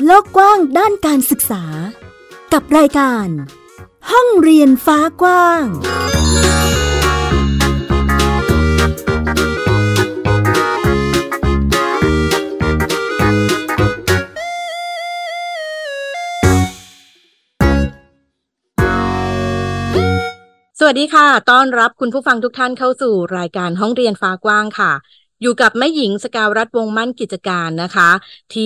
โลกกว้างด้านการศึกษากับรายการห้องเรียนฟ้ากว้างสวัสดีค่ะต้อนรับคุณผู้ฟังทุกท่านเข้าสู่รายการห้องเรียนฟ้ากว้างค่ะอยู่กับแม่หญิงสกาวรัตน์วงศ์มั่นกิจการนะคะที่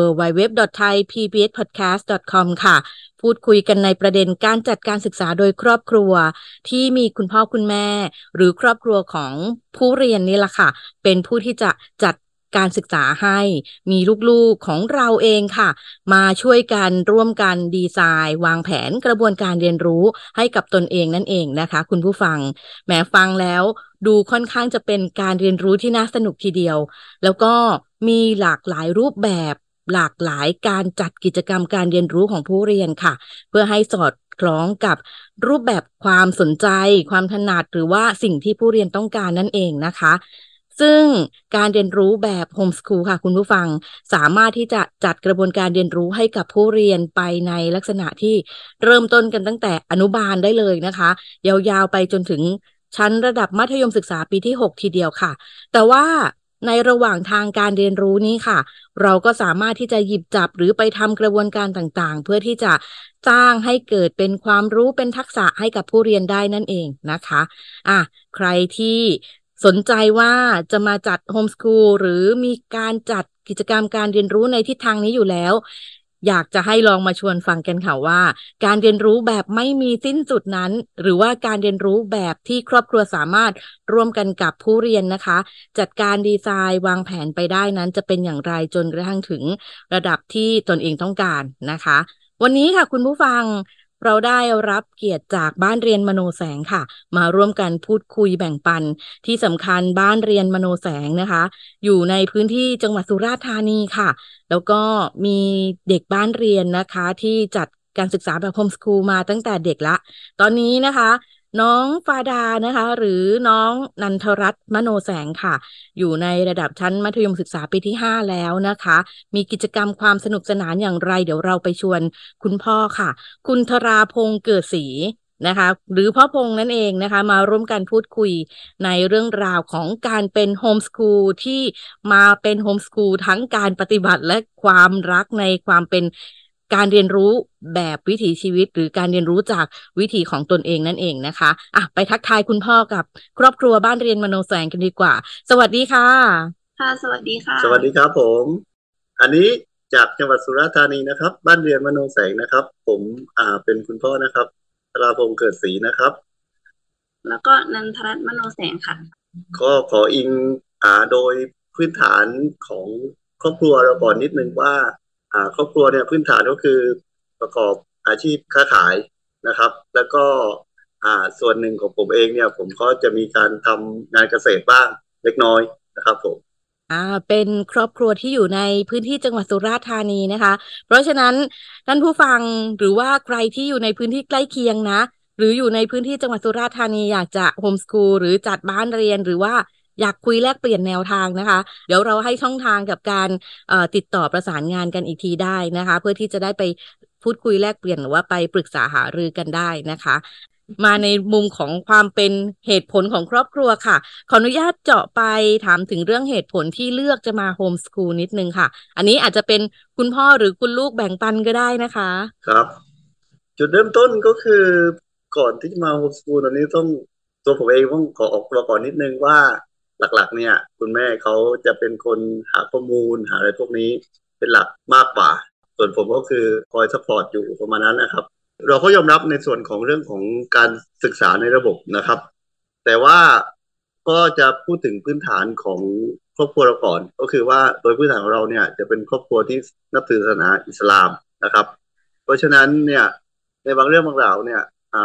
www.thaipbspodcast.com ค่ะพูดคุยกันในประเด็นการจัดการศึกษาโดยครอบครัวที่มีคุณพ่อคุณแม่หรือครอบครัวของผู้เรียนนี่แหละค่ะเป็นผู้ที่จะจัดการศึกษาให้มีลูกๆของเราเองค่ะมาช่วยกันร่วมกันดีไซน์วางแผนกระบวนการเรียนรู้ให้กับตนเองนั่นเองนะคะคุณผู้ฟังแม้ฟังแล้วดูค่อนข้างจะเป็นการเรียนรู้ที่น่าสนุกทีเดียวแล้วก็มีหลากหลายรูปแบบหลากหลายการจัดกิจกรรมการเรียนรู้ของผู้เรียนค่ะเพื่อให้สอดคล้องกับรูปแบบความสนใจความถนัดหรือว่าสิ่งที่ผู้เรียนต้องการนั่นเองนะคะซึ่งการเรียนรู้แบบโฮมสคูลค่ะคุณผู้ฟังสามารถที่จะจัดกระบวนการเรียนรู้ให้กับผู้เรียนไปในลักษณะที่เริ่มต้นกันตั้งแต่อนุบาลได้เลยนะคะยาวๆไปจนถึงชั้นระดับมัธยมศึกษาปีที่6ทีเดียวค่ะแต่ว่าในระหว่างทางการเรียนรู้นี้ค่ะเราก็สามารถที่จะหยิบจับหรือไปทำกระบวนการต่างๆเพื่อที่จะสร้างให้เกิดเป็นความรู้เป็นทักษะให้กับผู้เรียนได้นั่นเองนะคะใครที่สนใจว่าจะมาจัดโฮมสคูลหรือมีการจัดกิจกรรมการเรียนรู้ในทิศทางนี้อยู่แล้วอยากจะให้ลองมาชวนฟังกันค่ะว่าการเรียนรู้แบบไม่มีสิ้นสุดนั้นหรือว่าการเรียนรู้แบบที่ครอบครัวสามารถร่วมกันกับผู้เรียนนะคะจัดการดีไซน์วางแผนไปได้นั้นจะเป็นอย่างไรจนกระทั่งถึงระดับที่ตนเองต้องการนะคะวันนี้ค่ะคุณผู้ฟังเราได้รับเกียรติจากบ้านเรียนมโนแสงค่ะมาร่วมกันพูดคุยแบ่งปันที่สำคัญบ้านเรียนมโนแสงนะคะอยู่ในพื้นที่จังหวัดสุราษฎร์ธานีค่ะแล้วก็มีเด็กบ้านเรียนนะคะที่จัดการศึกษาแบบโฮมสคูลมาตั้งแต่เด็กละตอนนี้นะคะน้องฟาดานะคะหรือน้องนันทรัตน์มโนแสงค่ะอยู่ในระดับชั้นมัธยมศึกษาปีที่5แล้วนะคะมีกิจกรรมความสนุกสนานอย่างไรเดี๋ยวเราไปชวนคุณพ่อค่ะคุณธราพงษ์เกิดศรีนะคะหรือพ่อพงษ์นั่นเองนะคะมาร่วมกันพูดคุยในเรื่องราวของการเป็นโฮมสคูลที่มาเป็นโฮมสคูลทั้งการปฏิบัติและความรักในความเป็นการเรียนรู้แบบวิถีชีวิตหรือการเรียนรู้จากวิถีของตนเองนั่นเองนะคะไปทักทายคุณพ่อกับครอบครัวบ้านเรียนมโนแสงกันดีกว่าสวัสดีค่ะค่ะสวัสดีค่ะสวัสดีครับผมอันนี้จากจังหวัดสุราษฎร์ธานีนะครับบ้านเรียนมโนแสงนะครับผมเป็นคุณพ่อนะครับธราพงษ์เกิดศรีนะครับแล้วก็นันทรัตน์มโนแสงค่ะก็ขออิงโดยพื้นฐานของครอบครัวเราก่อนนิดนึงว่าครอบครัวเนี่ยพื้นฐานก็คือประกอบอาชีพค้าขายนะครับแล้วก็ส่วนหนึ่งของผมเองเนี่ยผมก็จะมีการทำงานเกษตรบ้างเล็กน้อยนะครับผมเป็นครอบครัวที่อยู่ในพื้นที่จังหวัดสุราษฎร์ธานีนะคะเพราะฉะนั้นท่านผู้ฟังหรือว่าใครที่อยู่ในพื้นที่ใกล้เคียงนะหรืออยู่ในพื้นที่จังหวัดสุราษฎร์ธานีอยากจะโฮมสคูลหรือจัดบ้านเรียนหรือว่าอยากคุยแลกเปลี่ยนแนวทางนะคะเดี๋ยวเราให้ช่องทางกับการติดต่อประสานงานกันอีกทีได้นะคะเพื่อที่จะได้ไปพูดคุยแลกเปลี่ยนหรือว่าไปปรึกษาหารือกันได้นะคะมาในมุมของความเป็นเหตุผลของครอบครัวค่ะขออนุญาตเจาะไปถามถึงเรื่องเหตุผลที่เลือกจะมาโฮมสคูลนิดนึงค่ะอันนี้อาจจะเป็นคุณพ่อหรือคุณลูกแบ่งปันก็ได้นะคะครับจุดเริ่มต้นก็คือก่อนที่จะมาโฮมสคูลตอนนี้ต้องตัวผมเองต้องขอออกตัวก่อนนิดนึงว่าหลักๆเนี่ยคุณแม่เขาจะเป็นคนหาข้อมูลหาอะไรพวกนี้เป็นหลักมากกว่าส่วนผมก็คือคอยซัพพอร์ตอยู่ประมาณนั้นนะครับเราก็ยอมรับในส่วนของเรื่องของการศึกษาในระบบนะครับแต่ว่าก็จะพูดถึงพื้นฐานของครอบครัวเราก่อนก็คือว่าโดยพื้นฐานของเราเนี่ยจะเป็นครอบครัวที่นับถือศาสนาอิสลามนะครับเพราะฉะนั้นเนี่ยในบางเรื่องบางราวเนี่ย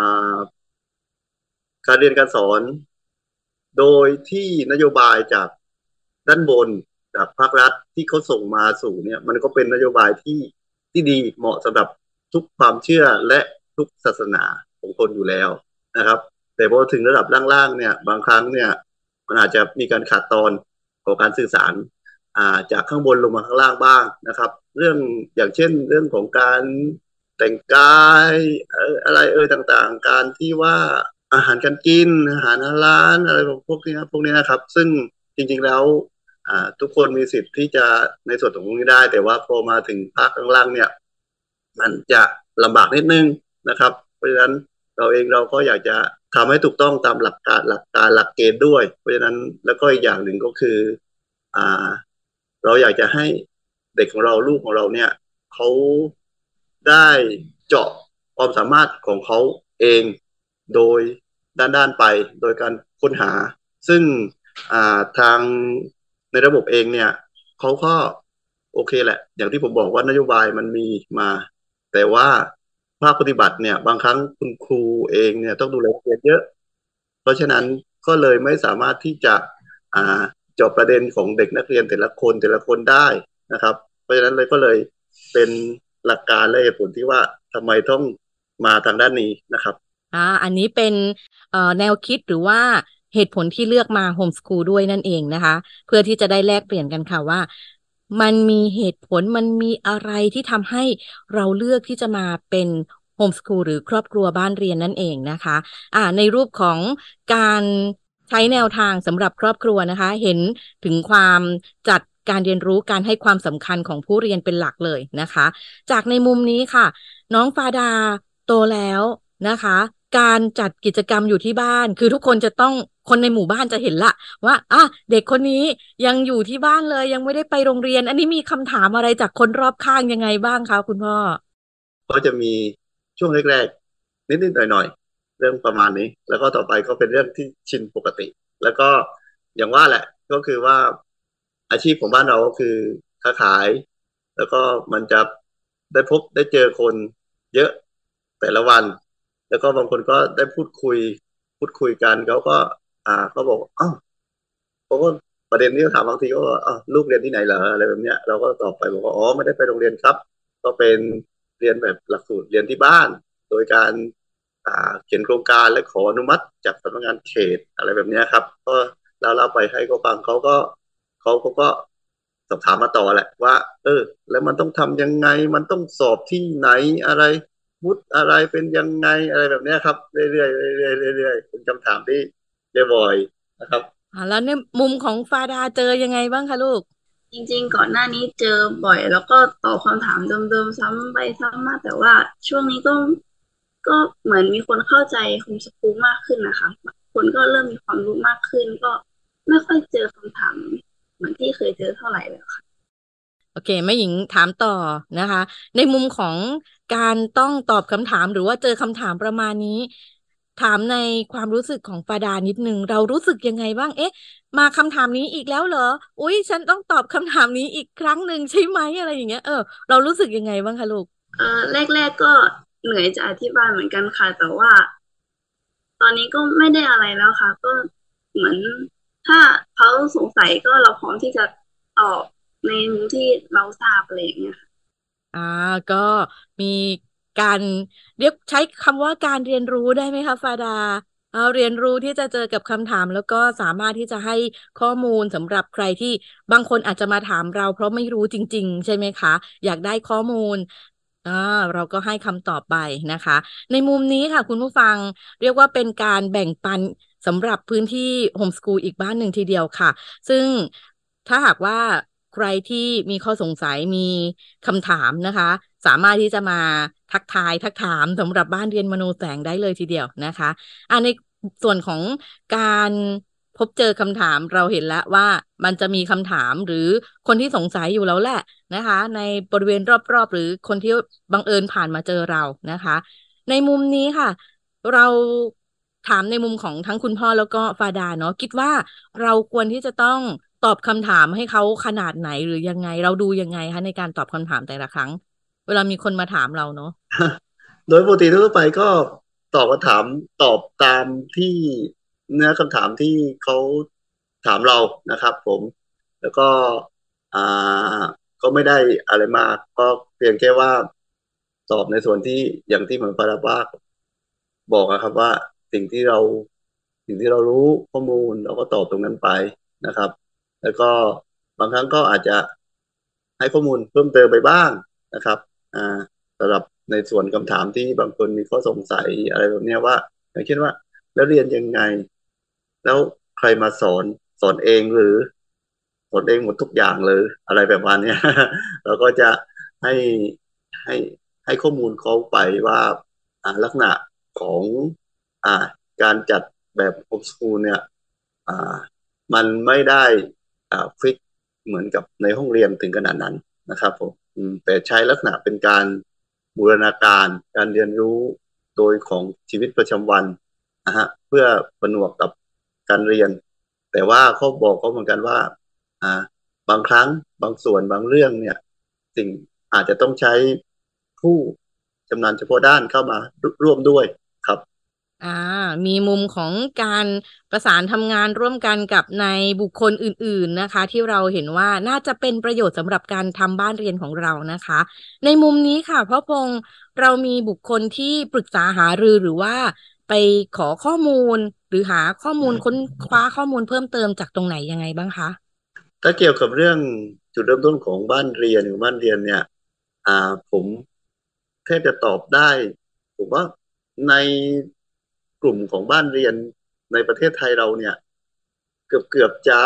การเรียนการสอนโดยที่นโยบายจากด้านบนจากภาครัฐที่เขาส่งมาสู่เนี่ยมันก็เป็นนโยบายที่ดีเหมาะสำหรับทุกความเชื่อและทุกศาสนาของคนอยู่แล้วนะครับแต่พอถึงระดับล่างๆเนี่ยบางครั้งเนี่ยมันอาจจะมีการขาดตอนของการสื่อสารจากข้างบนลงมาข้างล่างบ้างนะครับเรื่องอย่างเช่นเรื่องของการแต่งกายอะไรต่างๆการที่ว่าอาหารการกินอาหารร้านอะไรพวกนี้นะครับซึ่งจริงๆแล้วทุกคนมีสิทธิ์ที่จะในส่วนตรงนี้ได้แต่ว่าพอมาถึงภาคข้างล่างเนี่ยมันจะลำบากนิดนึงนะครับเพราะฉะนั้นเราก็อยากจะทำให้ถูกต้องตามหลักเกณฑ์ด้วยเพราะฉะนั้นแล้วก็อีกอย่างหนึ่งก็คืออ่าเราอยากจะให้เด็กของเราลูกของเราเนี่ยเขาได้เจาะความสามารถของเขาเองโดยด้านไปโดยการค้นหาซึ่งทางในระบบเองเนี่ยเขาก็โอเคแหละอย่างที่ผมบอกว่านโยบายมันมีมาแต่ว่าภาคปฏิบัติเนี่ยบางครั้งคุณครูเองเนี่ยต้องดูแลเรียนเยอะเพราะฉะนั้นก็เลยไม่สามารถที่จะอ่าเจาะประเด็นของเด็กนักเรียนแต่ละคนได้นะครับเพราะฉะนั้นเลยก็เลยเป็นหลักการและเหตุผลที่ว่าทำไมต้องมาทางด้านนี้นะครับอันนี้เป็นแนวคิดหรือว่าเหตุผลที่เลือกมาโฮมสคูลด้วยนั่นเองนะคะเพื่อที่จะได้แลกเปลี่ยนกันค่ะว่ามันมีเหตุผลมันมีอะไรที่ทำให้เราเลือกที่จะมาเป็นโฮมสคูลหรือครอบครัวบ้านเรียนนั่นเองนะคะในรูปของการใช้แนวทางสำหรับครอบครัวนะคะเห็นถึงความจัดการเรียนรู้การให้ความสำคัญของผู้เรียนเป็นหลักเลยนะคะจากในมุมนี้ค่ะน้องฟาดาโตแล้วนะคะการจัดกิจกรรมอยู่ที่บ้านคือทุกคนจะต้องคนในหมู่บ้านจะเห็นละว่าเด็กคนนี้ยังอยู่ที่บ้านเลยยังไม่ได้ไปโรงเรียนอันนี้มีคำถามอะไรจากคนรอบข้างยังไงบ้างคะคุณพ่อก็จะมีช่วงแรกๆนิดๆหน่อยๆเรื่องประมาณนี้แล้วก็ต่อไปก็เป็นเรื่องที่ชินปกติแล้วก็อย่างว่าแหละก็คือว่าอาชีพของบ้านเราก็คือค้าขายแล้วก็มันจะได้พบได้เจอคนเยอะแต่ละวันแล้วก็บางคนก็ได้พูดคุยกันเขาก็เขาบอกอ้าวเขาก็ประเด็นที่เขาถามบางทีก็ว่าอ้าวลูกเรียนที่ไหนเหรออะไรแบบเนี้ยเราก็ตอบไปบอกว่าอ๋อไม่ได้ไปโรงเรียนครับก็เป็นเรียนแบบหลักสูตรเรียนที่บ้านโดยการเขียนโครงการและขออนุมัติจากสำนักงานเขตอะไรแบบเนี้ยครับก็เราไปให้เขาฟังเขาก็สอบถามมาต่อแหละว่าแล้วมันต้องทำยังไงมันต้องสอบที่ไหนอะไรวุฒิอะไรเป็นยังไงอะไรแบบเนี้ยครับเรื่อยๆเรื่อยๆเรื่อยๆเป็นคำถามที่เรียบ่อยนะครับแล้วในมุมของฟาดาเจอยังไงบ้างคะลูกจริงๆก่อนหน้านี้เจอบ่อยแล้วก็ตอบคำถามเดิมๆซ้ำไปซ้ำมาแต่ว่าช่วงนี้ก็เหมือนมีคนเข้าใจโฮมสคูลมากขึ้นนะคะคนก็เริ่มมีความรู้มากขึ้นก็ไม่ค่อยเจอคำถามเหมือนที่เคยเจอเท่าไหร่เลยค่ะโอเคแม่หญิงถามต่อนะคะในมุมของการต้องตอบคำถามหรือว่าเจอคำถามประมาณนี้ถามในความรู้สึกของฟาดานิดนึงเรารู้สึกยังไงบ้างเอ๊ะมาคำถามนี้อีกแล้วเหรออุ๊ยฉันต้องตอบคำถามนี้อีกครั้งหนึ่งใช่ไหมอะไรอย่างเงี้ยเรารู้สึกยังไงบ้างคะลูกแรกๆก็เหนื่อยจะอธิบายเหมือนกันค่ะแต่ว่าตอนนี้ก็ไม่ได้อะไรแล้วค่ะก็เหมือนถ้าเขาสงสัยก็เราพร้อมที่จะตอบในมุมที่เราทราบอะไรอย่างเงี้ยค่ะอ่าก็มีการเรียกใช้คำว่าการเรียนรู้ได้ไหมคะฟาดาเรียนรู้ที่จะเจอกับคำถามแล้วก็สามารถที่จะให้ข้อมูลสำหรับใครที่บางคนอาจจะมาถามเราเพราะไม่รู้จริงๆใช่ไหมคะอยากได้ข้อมูลอ่าเราก็ให้คำตอบไปนะคะในมุมนี้ค่ะคุณผู้ฟังเรียกว่าเป็นการแบ่งปันสำหรับพื้นที่โฮมสกูลอีกบ้านหนึ่งทีเดียวค่ะซึ่งถ้าหากว่าใครที่มีข้อสงสัยมีคำถามนะคะสามารถที่จะมาทักถามสำหรับบ้านเรียนมโนแสงได้เลยทีเดียวนะคะในส่วนของการพบเจอคำถามเราเห็นแล้วว่ามันจะมีคำถามหรือคนที่สงสัยอยู่แล้วแหละนะคะในบริเวณรอบๆหรือคนที่บังเอิญผ่านมาเจอเรานะคะในมุมนี้ค่ะเราถามในมุมของทั้งคุณพ่อแล้วก็ฟาดาเนาะคิดว่าเราควรที่จะต้องตอบคำถามให้เขาขนาดไหนหรือยังไงเราดูยังไงคะในการตอบคำถามแต่ละครั้งเวลามีคนมาถามเราเนาะโดยปกติทั่วไปก็ตอบคำถามตอบตามที่เนื้อคำถามที่เขาถามเรานะครับผมแล้วก็อ่าก็ไม่ได้อะไรมากก็เพียงแค่ว่าตอบในส่วนที่อย่างที่เหมือนปาราบ้าบอกอะครับว่าสิ่งที่เราสิ่งที่เรารู้ข้อมูลเราก็ตอบตรงนั้นไปนะครับแล้วก็บางครั้งก็อาจจะให้ข้อมูลเพิ่มเติมไปบ้างนะครับอ่าสำหรับในส่วนคำถามที่บางคนมีข้อสงสัยอะไรแบบเนี้ยว่าอย่างเช่นว่าแล้วเรียนยังไงแล้วใครมาสอนเองหรือสอนเองหมดทุกอย่างเลยอะไรแบบว่าเนี้ยเราก็จะให้ให้ให้ข้อมูลเขาไปว่าลักษณะของอ่าการจัดแบบโฮมสคูลเนี่ยอ่ามันไม่ได้ฟิกเหมือนกับในห้องเรียนถึงขนาดนั้นนะครับผมแต่ใช้ลักษณะเป็นการบูรณาการการเรียนรู้โดยของชีวิตประจำวันนะฮะเพื่อผนวกกับการเรียนแต่ว่าเขาบอกเขาเหมือนกันว่าอ่าบางครั้งบางส่วนบางเรื่องเนี่ยสิ่งอาจจะต้องใช้ผู้ชำนาญเฉพาะด้านเข้ามาร่วมด้วยครับอ่ามีมุมของการประสานทำงานร่วมกันกับในบุคคลอื่นๆนะคะที่เราเห็นว่าน่าจะเป็นประโยชน์สำหรับการทำบ้านเรียนของเรานะคะในมุมนี้ค่ะพ่อพงษ์เรามีบุคคลที่ปรึกษาหารือหรือว่าไปขอข้อมูลหรือหาข้อมูลค้นคว้าข้อมูลเพิ่มเติมจากตรงไหนยังไงบ้างคะถ้าเกี่ยวกับเรื่องจุดเริ่มต้นของบ้านเรียนหรือบ้านเรียนเนี่ยผมแทบจะตอบได้ผมว่าในกลุ่มของบ้านเรียนในประเทศไทยเราเนี่ยเกือบจะ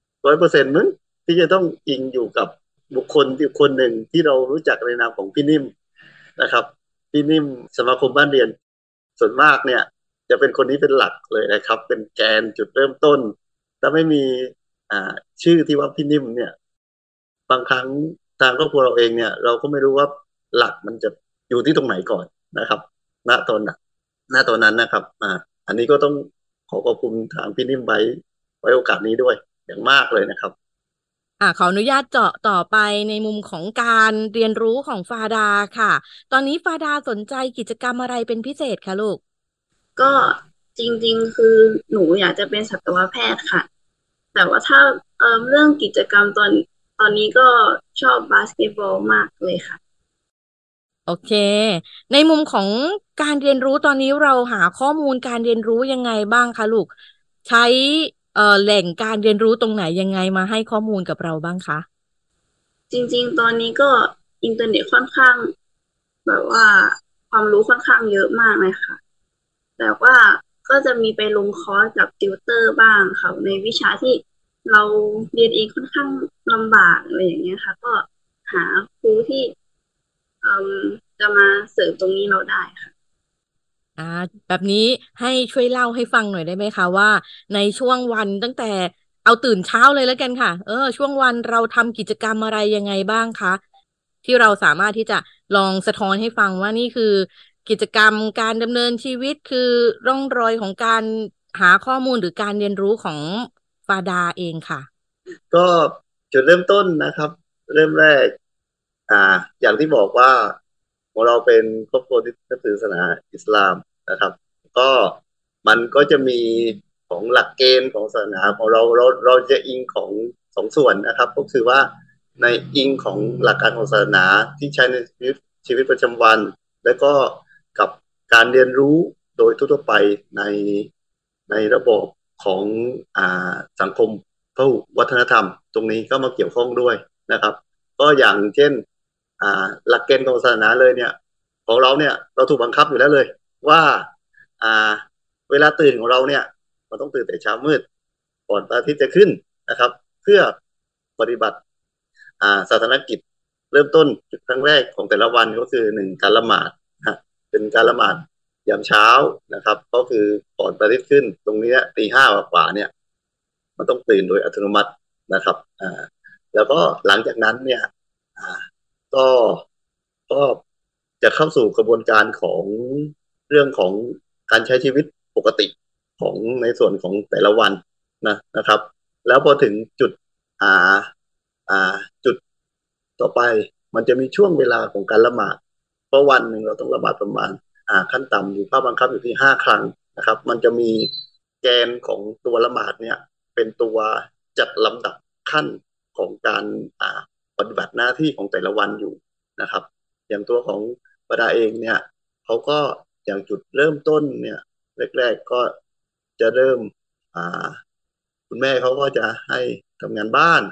100%มึงที่จะต้องอิงอยู่กับบุคคลที่คนหนึ่งที่เรารู้จักในนามของพี่นิ่มนะครับพี่นิ่มสมาคมบ้านเรียนส่วนมากเนี่ยจะเป็นคนนี้เป็นหลักเลยนะครับเป็นแกนจุดเริ่มต้นถ้าไม่มีอ่าชื่อที่ว่าพี่นิ่มเนี่ยบางครั้งทางครอบครัวเราเองเนี่ยเราก็ไม่รู้ว่าหลักมันจะอยู่ที่ตรงไหนก่อนนะครับณตอนนั้นณตอนนั้นนะครับอันนี้ก็ต้องขอขอบคุณทางพี่นิ่มไว้โอกาสนี้ด้วยอย่างมากเลยนะครับขออนุญาตเจาะต่อไปในมุมของการเรียนรู้ของฟาดาค่ะตอนนี้ฟาดาสนใจกิจกรรมอะไรเป็นพิเศษคะลูกก็จริงๆคือหนูอยากจะเป็นสัตวแพทย์ค่ะแต่ว่าถ้าเรื่องกิจกรรมตอนนี้ก็ชอบบาสเกตบอลมากเลยค่ะโอเค ในมุมของการเรียนรู้ตอนนี้เราหาข้อมูลการเรียนรู้ยังไงบ้างคะลูก ใช้แหล่งการเรียนรู้ตรงไหนยังไงมาให้ข้อมูลกับเราบ้างคะจริงๆ ตอนนี้ก็อินเทอร์เน็ตค่อนข้างแบบว่าความรู้ค่อนข้างเยอะมากเลยค่ะแต่ว่าก็จะมีไปลงคอร์สกับติวเตอร์บ้างค่ะในวิชาที่เราเรียนเองค่อนข้างลำบากอะไรอย่างเงี้ยค่ะก็หาครูที่เอ่มจะมาเสริมตรงนี้เราได้ค่ะอ่าแบบนี้ให้ช่วยเล่าให้ฟังหน่อยได้ไหมคะว่าในช่วงวันตั้งแต่เอาตื่นเช้าเลยแล้วกันค่ะช่วงวันเราทำกิจกรรมอะไรยังไงบ้างคะที่เราสามารถที่จะลองสะท้อนให้ฟังว่านี่คือกิจกรรมการดำเนินชีวิตคือร่องรอยของการหาข้อมูลหรือการเรียนรู้ของฟาดาเองค่ะก็จุดเริ่มต้นนะครับเริ่มแรกอ่าอย่างที่บอกว่าของเราเป็นครอบครัวที่นับถือศาสนาอิสลามนะครับก็มันก็จะมีของหลักเกณฑ์ของศาสนาของเราจะอิงของ2 ส่วนนะครับก็คือว่าในอิงของหลักการของศาสนาที่ใช้ในชีวิตประจำวันแล้วก็กับการเรียนรู้โดยทั่วๆไปในในระบบของสังคมพหุวัฒนธรรมตรงนี้ก็มาเกี่ยวข้องด้วยนะครับก็อย่างเช่นหลักเกณฑ์ของศาสนาเลยเนี่ยของเราเนี่ยเราถูกบังคับอยู่แล้วเลยว่าอ่าเวลาตื่นของเราเนี่ยเราต้องตื่นแต่เช้ามืดก่อนพระอาทิตย์จะขึ้นนะครับเพื่อปฏิบัติศาสนกิจเริ่มต้นครั้งแรกของแต่ละวันก็คือ1การละหมาดนะเป็นการละหมาดยามเช้านะครับก็คือก่อนพระอาทิตย์ขึ้นตรงนี้ตี 5กว่าเนี่ยมันต้องตื่นโดยอัตโนมัตินะครับแล้วก็หลังจากนั้นเนี่ยอ่าก็ก็จะเข้าสู่กระบวนการของเรื่องของการใช้ชีวิตปกติของในส่วนของแต่ละวันนะครับแล้วพอถึงจุดอ่าจุดต่อไปมันจะมีช่วงเวลาของการละหมาดเพราะวันหนึ่งเราต้องละหมาดประมาณขั้นต่ำอยู่ภาคบังคับอยู่ที่5 ครั้งนะครับมันจะมีแกนของตัวละหมาดเนี่ยเป็นตัวจัดลำดับขั้นของการปฏิบัติหน้าที่ของแต่ละวันอยู่นะครับอย่างตัวของบดาเองเนี่ยเขาก็อย่างจุดเริ่มต้นเนี่ยแรกๆก็จะเริ่มอ่าคุณแม่เขาก็จะให้ทำงานบ้าน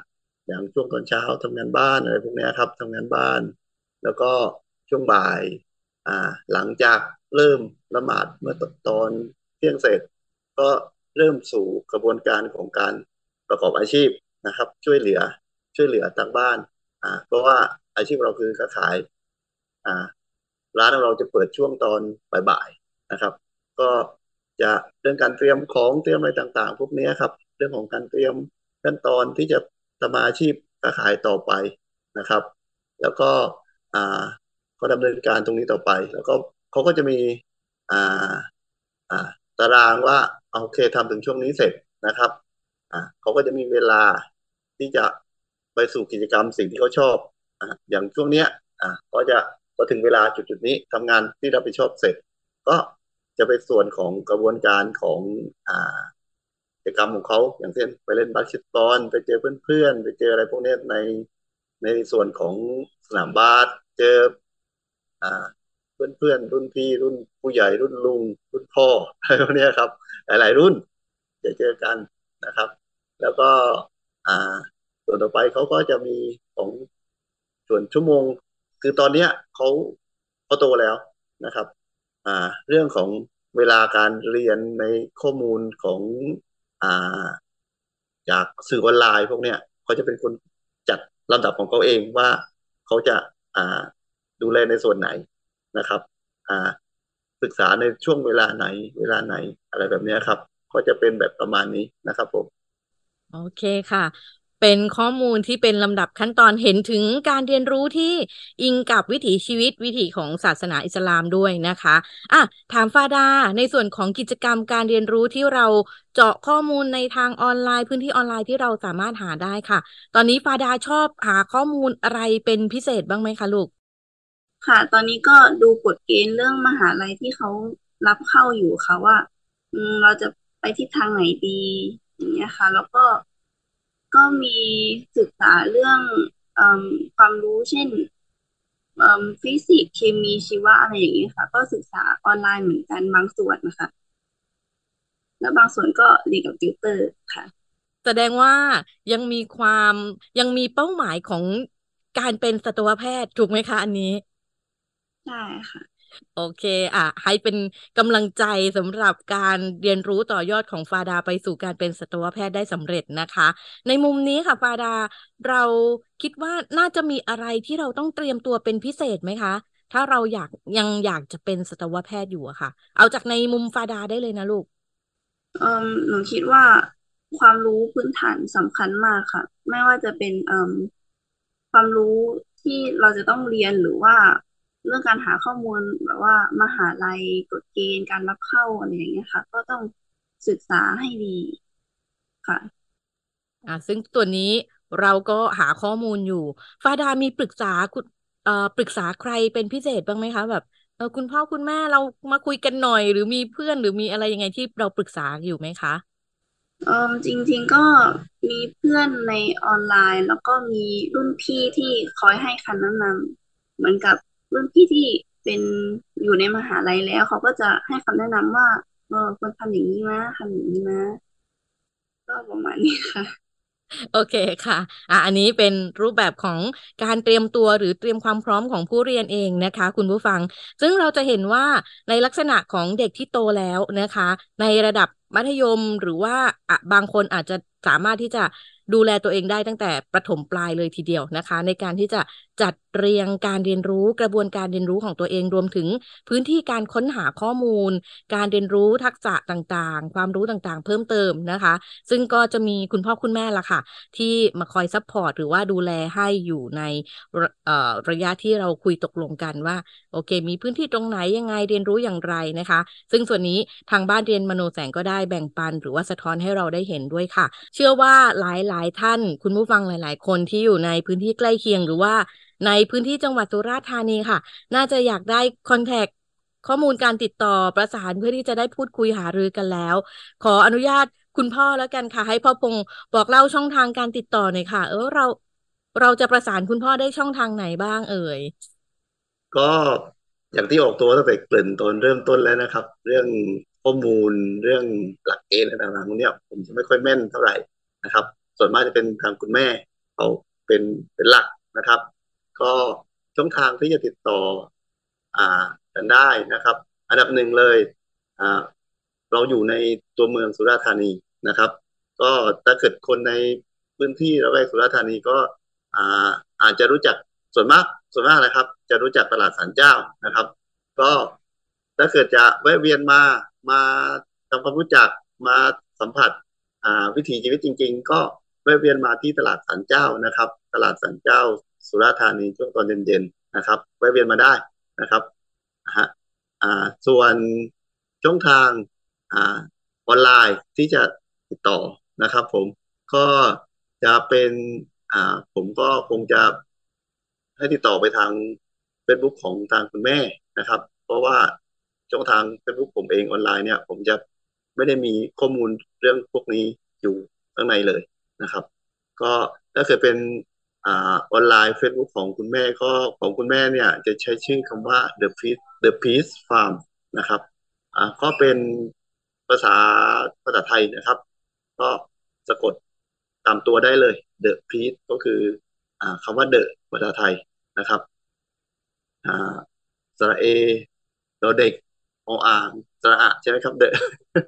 อย่างช่วงตอนเช้าทำงานบ้านอะไรพวกเนี้ยครับทำงานบ้านแล้วก็ช่วงบ่ายหลังจากเริ่มละหมาดเมื่อตอนเที่ยงเสร็จก็เริ่มสู่กระบวนการของการประกอบอาชีพนะครับช่วยเหลือทางบ้านเพราะว่าอาชีพเราคือค้าขายอ่าร้านของเราจะเปิดช่วงตอนบ่ายๆนะครับก็จะเรื่องการเตรียมของเตรียมอะไรต่างๆพวกนี้ครับเรื่องของการเตรียมขั้นตอนที่จะทำอาชีพค้าขายต่อไปนะครับแล้วก็อ่าก็ดำเนินการตรงนี้ต่อไปแล้วก็เขาก็จะมีอ่าอ่าตารางว่าโอเคทำถึงช่วงนี้เสร็จนะครับเขาก็จะมีเวลาที่จะไปสู่กิจกรรมสิ่งที่เขาชอบอย่างช่วงเนี้ยก็จะพอถึงเวลาจุดๆนี้ทำงานที่รับผิดชอบเสร็จก็จะเป็นส่วนของกระบวนการของอ่ากิจกรรมของเขาอย่างเช่นไปเล่นบาสเกตบอลไปเจอเพื่อนๆไปเจออะไรพวกเนี้ยในส่วนของสนามบาสเจออ่าเพื่อนๆรุ่นพี่รุ่นผู้ใหญ่รุ่นลุงรุ่นพ่ออะไรพวกเนี้ยครับหลายๆรุ่นจะเจอกันนะครับแล้วก็อ่าส่วนต่อไปเขาก็จะมีของส่วนชั่วโมงคือตอนเนี้ยเขาโตแล้วนะครับเรื่องของเวลาการเรียนในข้อมูลของอ่าจากสื่อออนไลน์พวกเนี้ยเขาจะเป็นคนจัดลำดับของเขาเองว่าเขาจะอ่าดูแลในส่วนไหนนะครับอ่าศึกษาในช่วงเวลาไหนอะไรแบบเนี้ยครับก็จะเป็นแบบประมาณนี้นะครับผมโอเคค่ะ เป็นข้อมูลที่เป็นลำดับขั้นตอนเห็นถึงการเรียนรู้ที่อิงกับวิถีชีวิตวิถีของศาสนาอิสลามด้วยนะคะอ่ะถามฟาดาในส่วนของกิจกรรมการเรียนรู้ที่เราเจาะข้อมูลในทางออนไลน์พื้นที่ออนไลน์ที่เราสามารถหาได้ค่ะตอนนี้ฟาดาชอบหาข้อมูลอะไรเป็นพิเศษบ้างไหมคะลูกค่ะตอนนี้ก็ดูกฎเกณฑ์เรื่องมหาลัยที่เขารับเข้าอยู่ค่ะว่าเราจะไปทิศทางไหนดีอย่างเงี้ยค่ะแล้วก็มีศึกษาเรื่องเอ่มความรู้เช่นฟิสิกส์เคมีชีวะอะไรอย่างเงี้ยค่ะก็ศึกษาออนไลน์เหมือนกันบางส่วนนะคะแล้วบางส่วนก็เรียนกับติวเตอร์ค่ะแสดงว่ายังมีความยังมีเป้าหมายของการเป็นสัตวแพทย์ถูกไหมคะอันนี้ใช่ค่ะโอเคให้เป็นกำลังใจสำหรับการเรียนรู้ต่อยอดของฟาดาไปสู่การเป็นสัตวแพทย์ได้สำเร็จนะคะในมุมนี้ค่ะฟาดาเราคิดว่าน่าจะมีอะไรที่เราต้องเตรียมตัวเป็นพิเศษไหมคะถ้าเรายังอยากจะเป็นสัตวแพทย์อยู่อะค่ะเอาจากในมุมฟาดาได้เลยนะลูกหนูคิดว่าความรู้พื้นฐานสำคัญมากค่ะไม่ว่าจะเป็นความรู้ที่เราจะต้องเรียนหรือว่าเรื่องการหาข้อมูลแบบว่ามหาลัยกฎเกณฑ์การรับเข้าอะไรอย่างเงี้ยค่ะก็ต้องศึกษาให้ดีค่ะซึ่งตัวนี้เราก็หาข้อมูลอยู่ฟาดามีปรึกษาคุณปรึกษาใครเป็นพิเศษบ้างไหมคะแบบคุณพ่อคุณแม่เรามาคุยกันหน่อยหรือมีเพื่อนหรือมีอะไรยังไงที่เราปรึกษาอยู่ไหมคะจริงๆก็มีเพื่อนในออนไลน์แล้วก็มีรุ่นพี่ที่คอยให้คำแนะนำเหมือนกับรุ่นพี่ที่เป็นอยู่ในมหาลัยแล้วเขาก็จะให้คำแนะนำว่าควรทำอย่างนี้นะทำอย่างนี้นะก็ประมาณนี้ค่ะโอเคค่ะอันนี้เป็นรูปแบบของการเตรียมตัวหรือเตรียมความพร้อมของผู้เรียนเองนะคะคุณผู้ฟังซึ่งเราจะเห็นว่าในลักษณะของเด็กที่โตแล้วนะคะในระดับมัธยมหรือว่าบางคนอาจจะสามารถที่จะดูแลตัวเองได้ตั้งแต่ประถมปลายเลยทีเดียวนะคะในการที่จะจัดเรียงการเรียนรู้กระบวนการเรียนรู้ของตัวเองรวมถึงพื้นที่การค้นหาข้อมูลการเรียนรู้ทักษะต่างๆความรู้ต่างๆเพิ่มเติมนะคะซึ่งก็จะมีคุณพ่อคุณแม่ล่ะค่ะ ที่มาคอยซัพพอร์ตหรือว่าดูแลให้อยู่ในระยะที่เราคุยตกลงกันว่าโอเคมีพื้นที่ตรงไหนยังไงเรียนรู้อย่างไรนะคะซึ่งส่วนนี้ทางบ้านเรียนมโนแสงก็ได้แบ่งปันหรือว่าสะท้อนให้เราได้เห็นด้วยค่ะเชื่อว่าหลายๆท่านคุณผู้ฟังหลายๆคนที่อยู่ในพื้นที่ใกล้เคียงหรือว่าในพื้นที่จังหวัดสุราษฎร์ธานีค่ะน่าจะอยากได้คอนแทคข้อมูลการติดต่อประสานเพื่อที่จะได้พูดคุยหารือกันแล้วขออนุญาตคุณพ่อแล้วกันค่ะให้พ่อพงษ์ บอกเล่าช่องทางการติดต่อหน่อยค่ะเราจะประสานคุณพ่อได้ช่องทางไหนบ้างเอ่ยก็อย่างที่ออกตัวตั้งแต่เกริ่นตอนเริ่มต้นแล้วนะครับเรื่องข้อมูลเรื่องหลักเกณฑ์อะไรต่างๆพวกเนี้ยผมจะไม่ค่อยแม่นเท่าไหร่นะครับส่วนมากจะเป็นทางคุณแม่เขาเป็นหลักนะครับก็ช่องทางที่จะติดต่อกันได้นะครับอันดับหนึ่งเลยอ่าเราอยู่ในตัวเมืองสุราษฎร์ธานีนะครับก็ถ้าเกิดคนในพื้นที่ละแวกสุราษฎร์ธานีก็อ่าอาจจะรู้จักส่วนมากนะครับจะรู้จักตลาดศาลเจ้านะครับก็ถ้าเกิดจะแวะเวียนมาทำความรู้จักมาสัมผัสวิถีชีวิตจริงๆก็แวะเวียนมาที่ตลาดศาลเจ้านะครับตลาดศาลเจ้าสุราษฎร์ธานีช่วงตอนเย็นๆนะครับแวะเวียนมาได้นะครับฮะส่วนช่องทางอ่าออนไลน์ที่จะติดต่อนะครับผมก็จะเป็นผมก็คงจะให้ติดต่อไปทาง Facebook ของทางคุณแม่นะครับเพราะว่าช่องทาง Facebook ผมเองออนไลน์เนี่ยผมจะไม่ได้มีข้อมูลเรื่องพวกนี้อยู่ข้างในเลยนะครับก็ถ้าเกิดเป็นออนไลน์ Facebook ของคุณแม่ก็ของคุณแม่เนี่ยจะใช้ชื่อคำว่า The Peace Farm นะครับก็เป็นภาษาภาษาไทยนะครับก็สะกดตามตัวได้เลย The Peace ก็คือคำว่า The ภาษาไทยนะครับอ่าสระเอรอเด็กออ่างสระอะใช่ไหมครับ The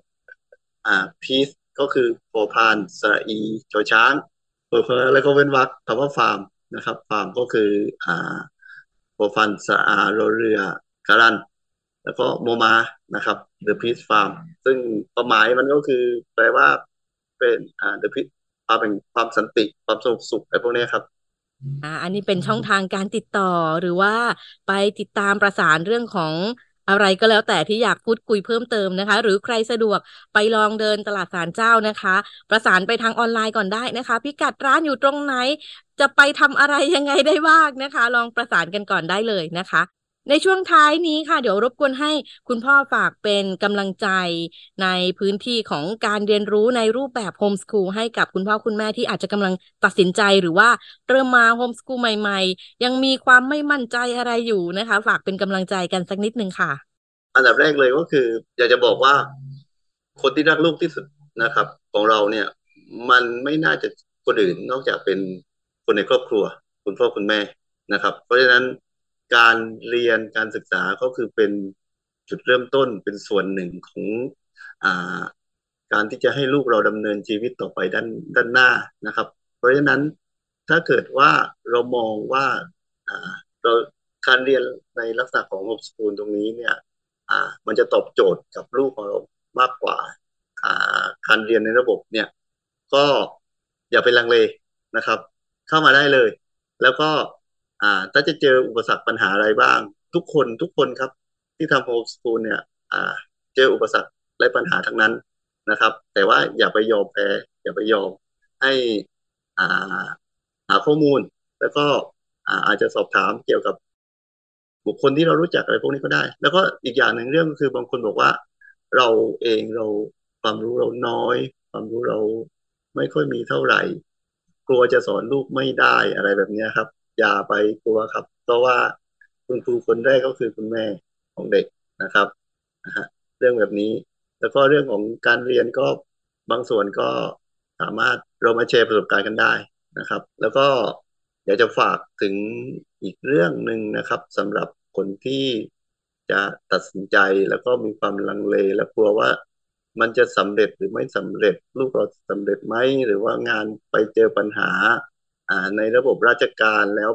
Peace ก็คือโพพานสระอีชอช้างแล้วก็เว้นวรรคคำว่าฟาร์มนะครับฟาร์มก็คืออ่าโพฟันสระอารอเรือการันแล้วก็โมมานะครับ The Peace Farm ซึ่งความหมายมันก็คือแปลว่าเป็นThe Peace ความเป็นความสันติความสงบสุขอะไรพวกนี้ครับอันนี้เป็นช่องทางการติดต่อหรือว่าไปติดตามประสานเรื่องของอะไรก็แล้วแต่ที่อยากพูดคุยเพิ่มเติมนะคะหรือใครสะดวกไปลองเดินตลาดศาลเจ้านะคะประสานไปทางออนไลน์ก่อนได้นะคะพิกัดร้านอยู่ตรงไหนจะไปทำอะไรยังไงได้บ้างนะคะลองประสานกันก่อนได้เลยนะคะในช่วงท้ายนี้ค่ะเดี๋ยวรบกวนให้คุณพ่อฝากเป็นกำลังใจในพื้นที่ของการเรียนรู้ในรูปแบบโฮมสคูลให้กับคุณพ่อคุณแม่ที่อาจจะกำลังตัดสินใจหรือว่าเริ่มมาโฮมสคูลใหม่ๆยังมีความไม่มั่นใจอะไรอยู่นะคะฝากเป็นกำลังใจกันสักนิดนึงค่ะอันดับแรกเลยก็คืออยากจะบอกว่าคนที่รักลูกที่สุดนะครับของเราเนี่ยมันไม่น่าจะคนอื่นนอกจากเป็นคนในครอบครัวคุณพ่อคุณแม่นะครับเพราะฉะนั้นการเรียนการศึกษาก็คือเป็นจุดเริ่มต้นเป็นส่วนหนึ่งของอ่าการที่จะให้ลูกเราดำเนินชีวิตต่อไปด้านหน้านะครับเพราะฉะนั้นถ้าเกิดว่าเรามองว่าเราการเรียนในลักษณะของโฮมสคูลตรงนี้เนี่ย มันจะตอบโจทย์กับลูกของเรามากกว่าการเรียนในระบบเนี่ยก็อย่าไปลังเลนะครับเข้ามาได้เลยแล้วก็ถ้าจะเจออุปสรรคปัญหาอะไรบ้างทุกคนครับที่ทำโฮมสคูลเนี่ยเจออุปสรรคและปัญหาทั้งนั้นนะครับแต่ว่าอย่าไปยอมแพ้อย่าไปยอมให้อ่าหาข้อมูลแล้วก็อาจจะสอบถามเกี่ยวกับ บุคคลที่เรารู้จักอะไรพวกนี้ก็ได้แล้วก็อีกอย่างหนึ่งเรื่องก็คือบางคนบอกว่าเราเองเราความรู้เราน้อยความรู้เราไม่ค่อยมีเท่าไหร่กลัวจะสอนลูกไม่ได้อะไรแบบนี้ครับอย่าไปกลัวครับเพราะว่าคุณครูคนแรกก็คือคุณแม่ของเด็กนะครับนะฮะเรื่องแบบนี้แล้วก็เรื่องของการเรียนก็บางส่วนก็สามารถเรามาแชร์ประสบการณ์กันได้นะครับแล้วก็อยากจะฝากถึงอีกเรื่องหนึ่งนะครับสำหรับคนที่จะตัดสินใจแล้วก็มีความลังเลและกลัวว่ามันจะสำเร็จหรือไม่สำเร็จลูกเราสำเร็จไหมหรือว่างานไปเจอปัญหาในระบบราชการแล้ว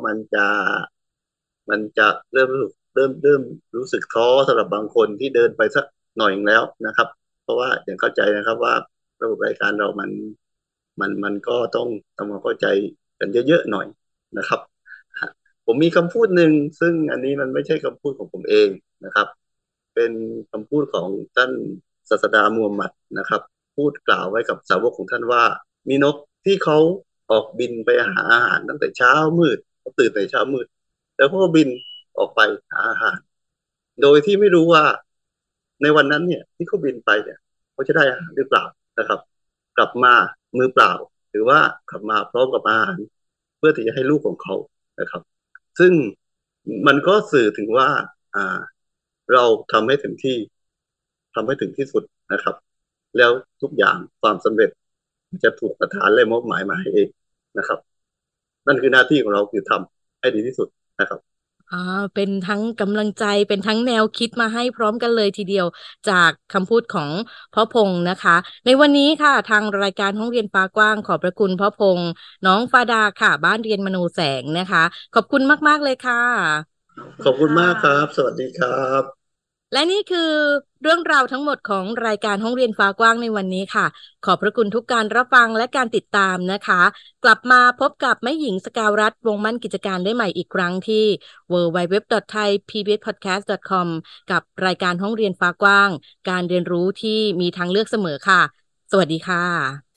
มันจะเริ่มรู้สึกท้อสำหรับบางคนที่เดินไปสักหน่อยแล้วนะครับเพราะว่าอย่างเข้าใจนะครับว่าระบบราชการเรามันก็ต้องทำความเข้าใจกันเยอะๆหน่อยนะครับผมมีคำพูดหนึ่งซึ่งอันนี้มันไม่ใช่คำพูดของผมเองนะครับเป็นคำพูดของท่านศาสดามูฮัมหมัดนะครับพูดกล่าวไว้กับสาวกของท่านว่ามีนกที่เขาออกบินไปหาอาหารตั้งแต่เช้ามืดเขาตื่นแต่เช้ามืดแล้วก็บินออกไปหาอาหารโดยที่ไม่รู้ว่าในวันนั้นเนี่ยที่เขาบินไปเนี่ยเขาจะได้อาหารหรือเปล่านะครับกลับมามือเปล่าหรือว่ากลับมาพร้อมกับอาหารเพื่อที่จะให้ลูกของเขานะครับซึ่งมันก็สื่อถึงว่าอ่าเราทำให้ถึงที่สุดนะครับแล้วทุกอย่างความสำเร็จจะถูกประทานและมอบหมายมาให้เองนะครับนั่นคือหน้าที่ของเราคือทำให้ดีที่สุดนะครับเป็นทั้งกำลังใจเป็นทั้งแนวคิดมาให้พร้อมกันเลยทีเดียวจากคำพูดของพ่อพงษ์นะคะในวันนี้ค่ะทางรายการห้องเรียนฟ้ากว้างขอบพระคุณพ่อพงษ์น้องฟาดาค่ะบ้านเรียนมโนแสงนะคะขอบคุณมากๆเลยค่ะขอบคุณมากครับสวัสดีครับและนี่คือเรื่องราวทั้งหมดของรายการห้องเรียนฟ้ากว้างในวันนี้ค่ะขอบพระคุณทุกการรับฟังและการติดตามนะคะกลับมาพบกับแม่หญิงสกาวรัตน์วงมั่นกิจการได้ใหม่อีกครั้งที่ www.thaipbspodcast.com กับรายการห้องเรียนฟ้ากว้างการเรียนรู้ที่มีทางเลือกเสมอค่ะสวัสดีค่ะ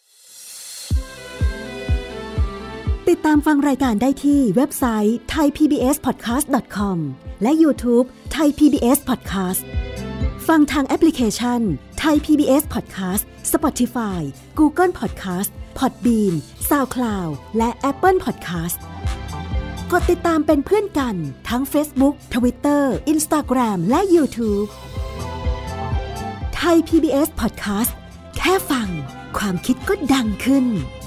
ติดตามฟังรายการได้ที่เว็บไซต์ thaipbspodcast.com และ YouTube Thai PBS Podcast ฟังทางแอปพลิเคชัน Thai PBS Podcast Spotify Google Podcast Podbean SoundCloud และ Apple Podcast กดติดตามเป็นเพื่อนกันทั้ง Facebook Twitter Instagram และ YouTube Thai PBS Podcast แค่ฟังความคิดก็ดังขึ้น